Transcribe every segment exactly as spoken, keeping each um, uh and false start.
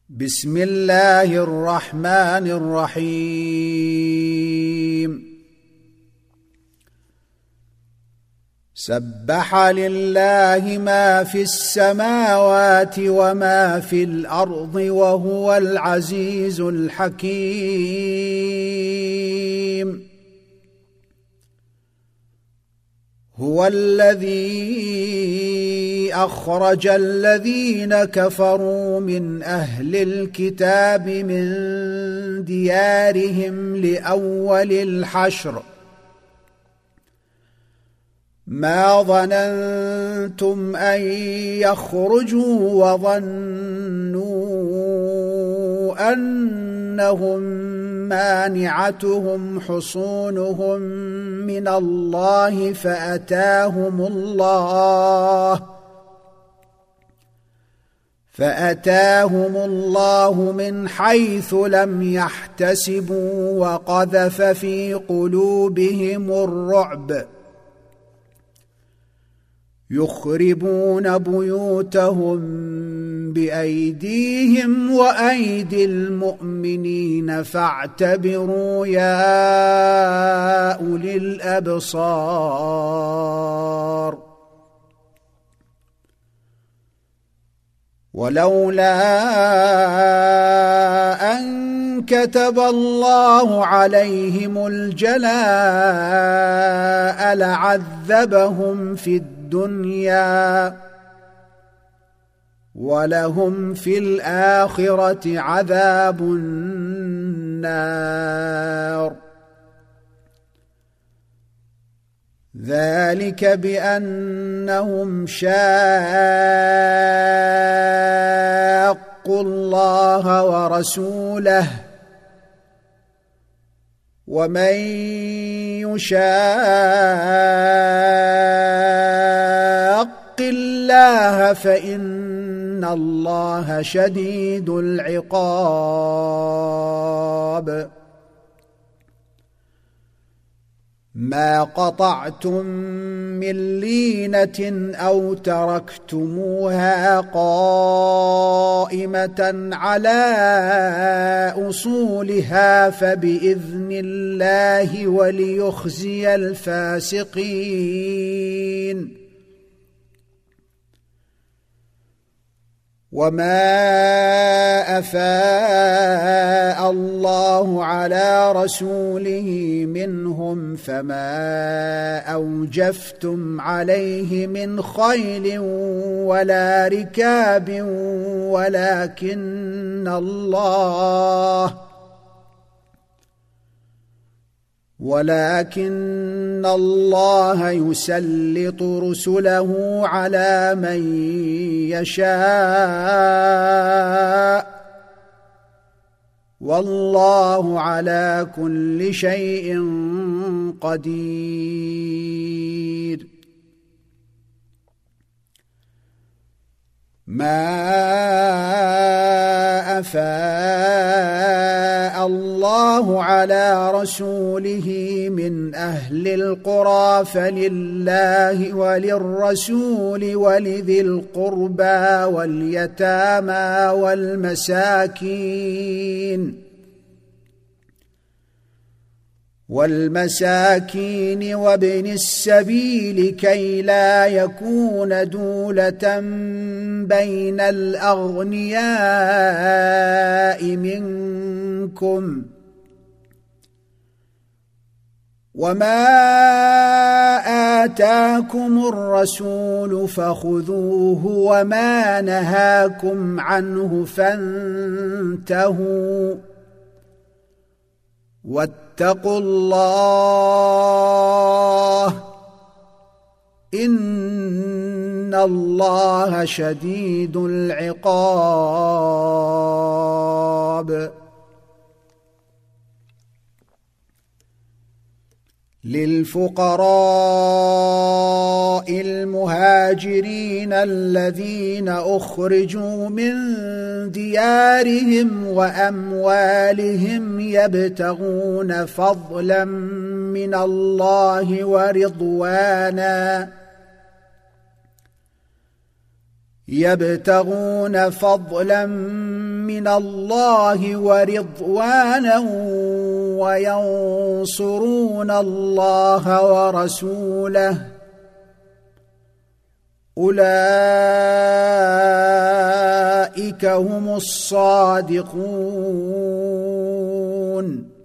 بسم الله الرحمن الرحيم. سبح لله ما في السماوات وما في الأرض وهو العزيز الحكيم. هو الذي أخرج الذين كفروا من أهل الكتاب من ديارهم لأول الحشر ما ظننتم أن يخرجوا وظنوا أنهم مانعتهم حصونهم من الله فأتاهم الله فأتاهم الله من حيث لم يحتسبوا وقذف في قلوبهم الرعب يخربون بيوتهم بأيديهم وأيدي المؤمنين فاعتبروا يا أولي الأبصار. ولولا أن كتب الله عليهم الجلاء لعذبهم في الدنيا ولهم في الآخرة عذاب النار. ذلك بأنهم شاقوا الله ورسوله ومن يشاق الله فإن الله شديد العقاب. ما قطعتم من لينة أو تركتموها قائمة على أصولها فبإذن الله وليخزي الفاسقين. وما أفاء الله على رسوله منهم فما أوجفتم عليه من خيل ولا ركاب ولكن الله ولكن الله يسلط رسله على من يشاء والله على كل شيء قدير. ما أفاء الله على رسوله من أهل القرى فلله وللرسول ولذي القربى واليتامى والمساكين والمساكين وابن السبيل كي لا يكون دولة بين الأغنياء منكم. وما آتاكم الرسول فخذوه وما نهاكم عنه فانتهوا واتقوا الله إن الله شديد العقاب. للفقراء المهاجرين الذين أخرجوا من ديارهم وأموالهم يبتغون فضلا من الله ورضوانا يبتغون فضلا من الله ورضوانا وينصرون الله ورسوله أولئك هم الصادقون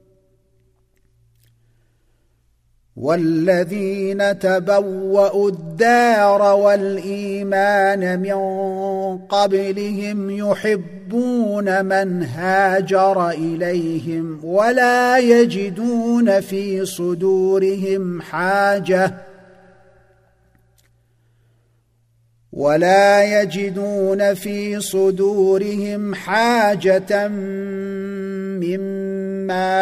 والذين تبوأوا الدار والإيمان من قبلهم يحبون من هاجر إليهم ولا يجدون في صدورهم حاجة ولا يجدون في صدورهم حاجة مما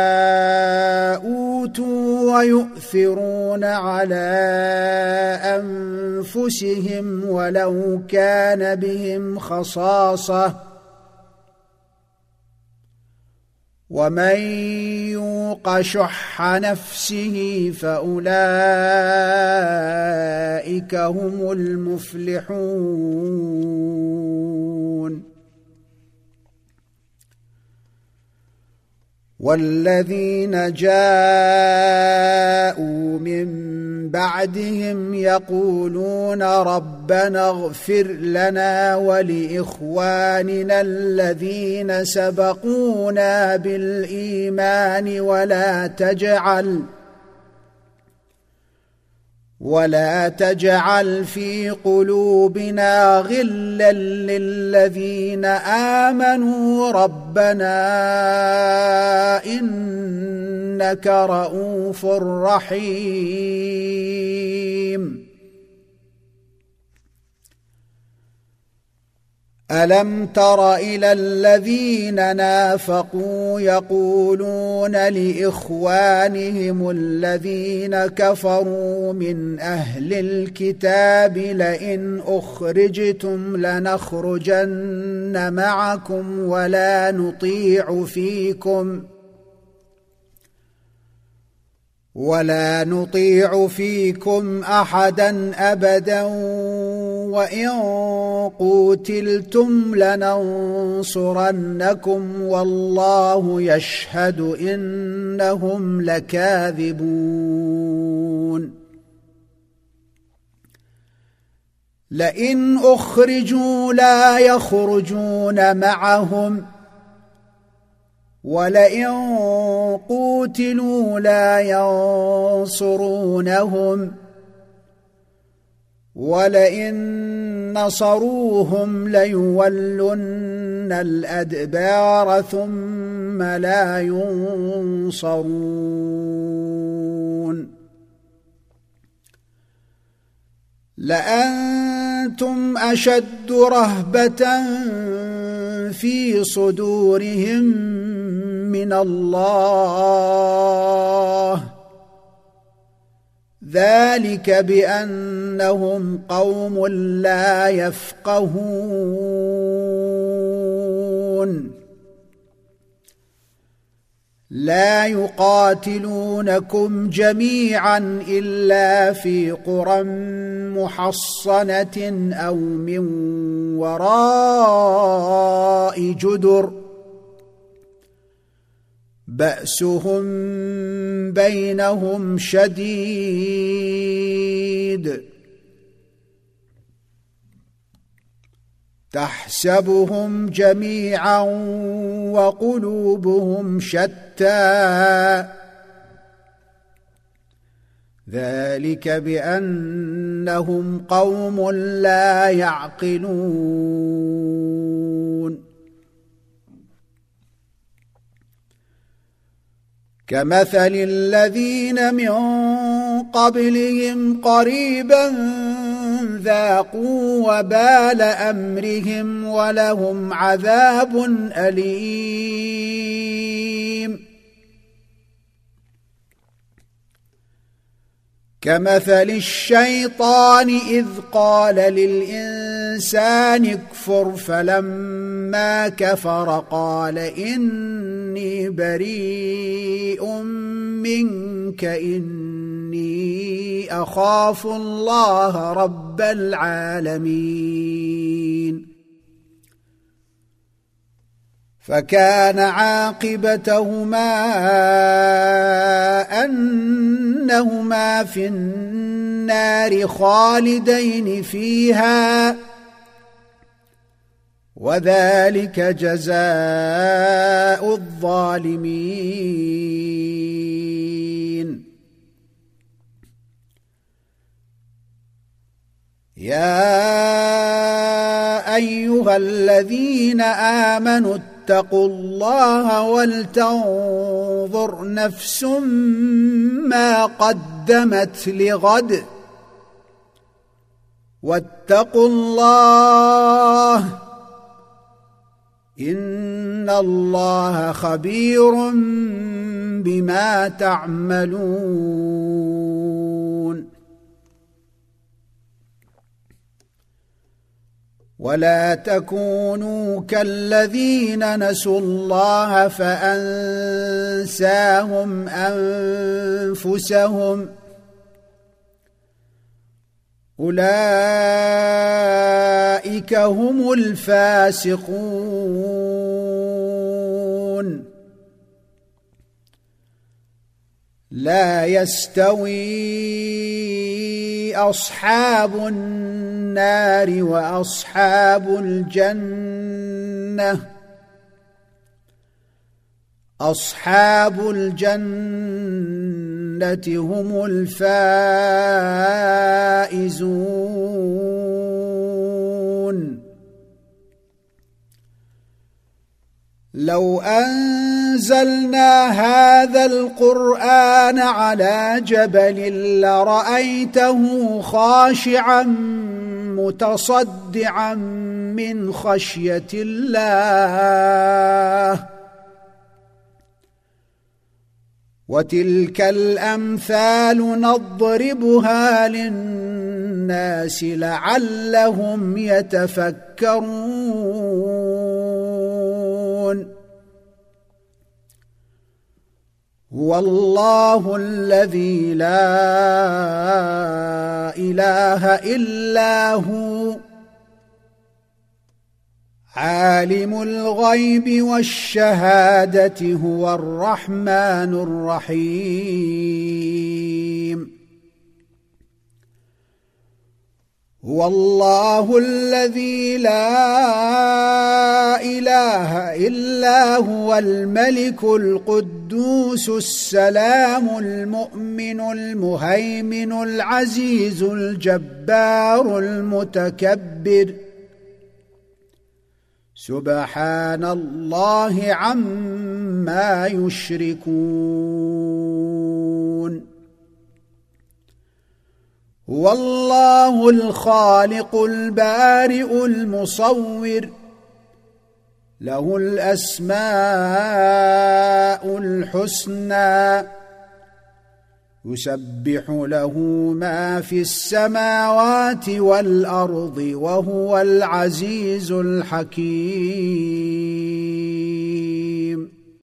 أوتوا ويؤثرون على أنفسهم ولو كان بهم خصاصة ومن يوق شح نفسه فأولئك هم المفلحون والذين جاءوا من بعدهم يقولون ربنا اغفر لنا ولإخواننا الذين سبقونا بالإيمان ولا تجعل ولا تجعل في قلوبنا غلا للذين آمنوا ربنا إنك رؤوف رحيم ألم تر إلى الذين نافقوا يقولون لإخوانهم الذين كفروا من أهل الكتاب لئن أخرجتم لنخرجن معكم ولا نطيع فيكم ولا نطيع فيكم أحدا أبدا وإن قوتلتم لننصرنكم والله يشهد إنهم لكاذبون لئن أخرجوا لا يخرجون معهم ولئن قوتلوا لا ينصرونهم ولئن نصروهم ليولن الأدبار ثم لا ينصرون لأنتم أشد رهبة في صدورهم من الله ذلك بأنهم قوم لا يفقهون لا يقاتلونكم جميعا إلا في قرى محصنة أو من وراء جدر بأسهم بينهم شديد تحسبهم جميعا وقلوبهم شتى ذلك بأنهم قوم لا يعقلون كمثل الذين من قبلهم قريبا ذاقوا وبال أمرهم ولهم عذاب أليم كمثل الشيطان إذ قال للإنسان اكفر فلما كفر قال إني بريء منك إني أخاف الله رب العالمين فكان عاقبتهما أنهما في النار خالدين فيها وذلك جزاء الظالمين. يا أيها الذين آمنوا اتقوا الله ولتنظر نفس ما قدمت لغد واتقوا الله إن الله خبير بما تعملون. ولا تكونوا كالذين نسوا الله فأنساهم أنفسهم أولئك هم الفاسقون. لا يستوي أصحاب النار وأصحاب الجنة أصحاب الجنة هم الفائزون. لو أنزلنا هذا القرآن على جبل لرأيته خاشعا متصدعا من خشية الله. وتلك الأمثال نضربها للناس لعلهم يتفكرون. هو الله الذي لا إله إلا هو عالم الغيب والشهادة هو الرحمن الرحيم. هو الله الذي لا إله إلا هو الملك القدوس السلام المؤمن المهيمن العزيز الجبار المتكبر سبحان الله عما يشركون. هو الله الخالق البارئ المصور له الأسماء الحسنى يسبح له ما في السماوات والأرض وهو العزيز الحكيم.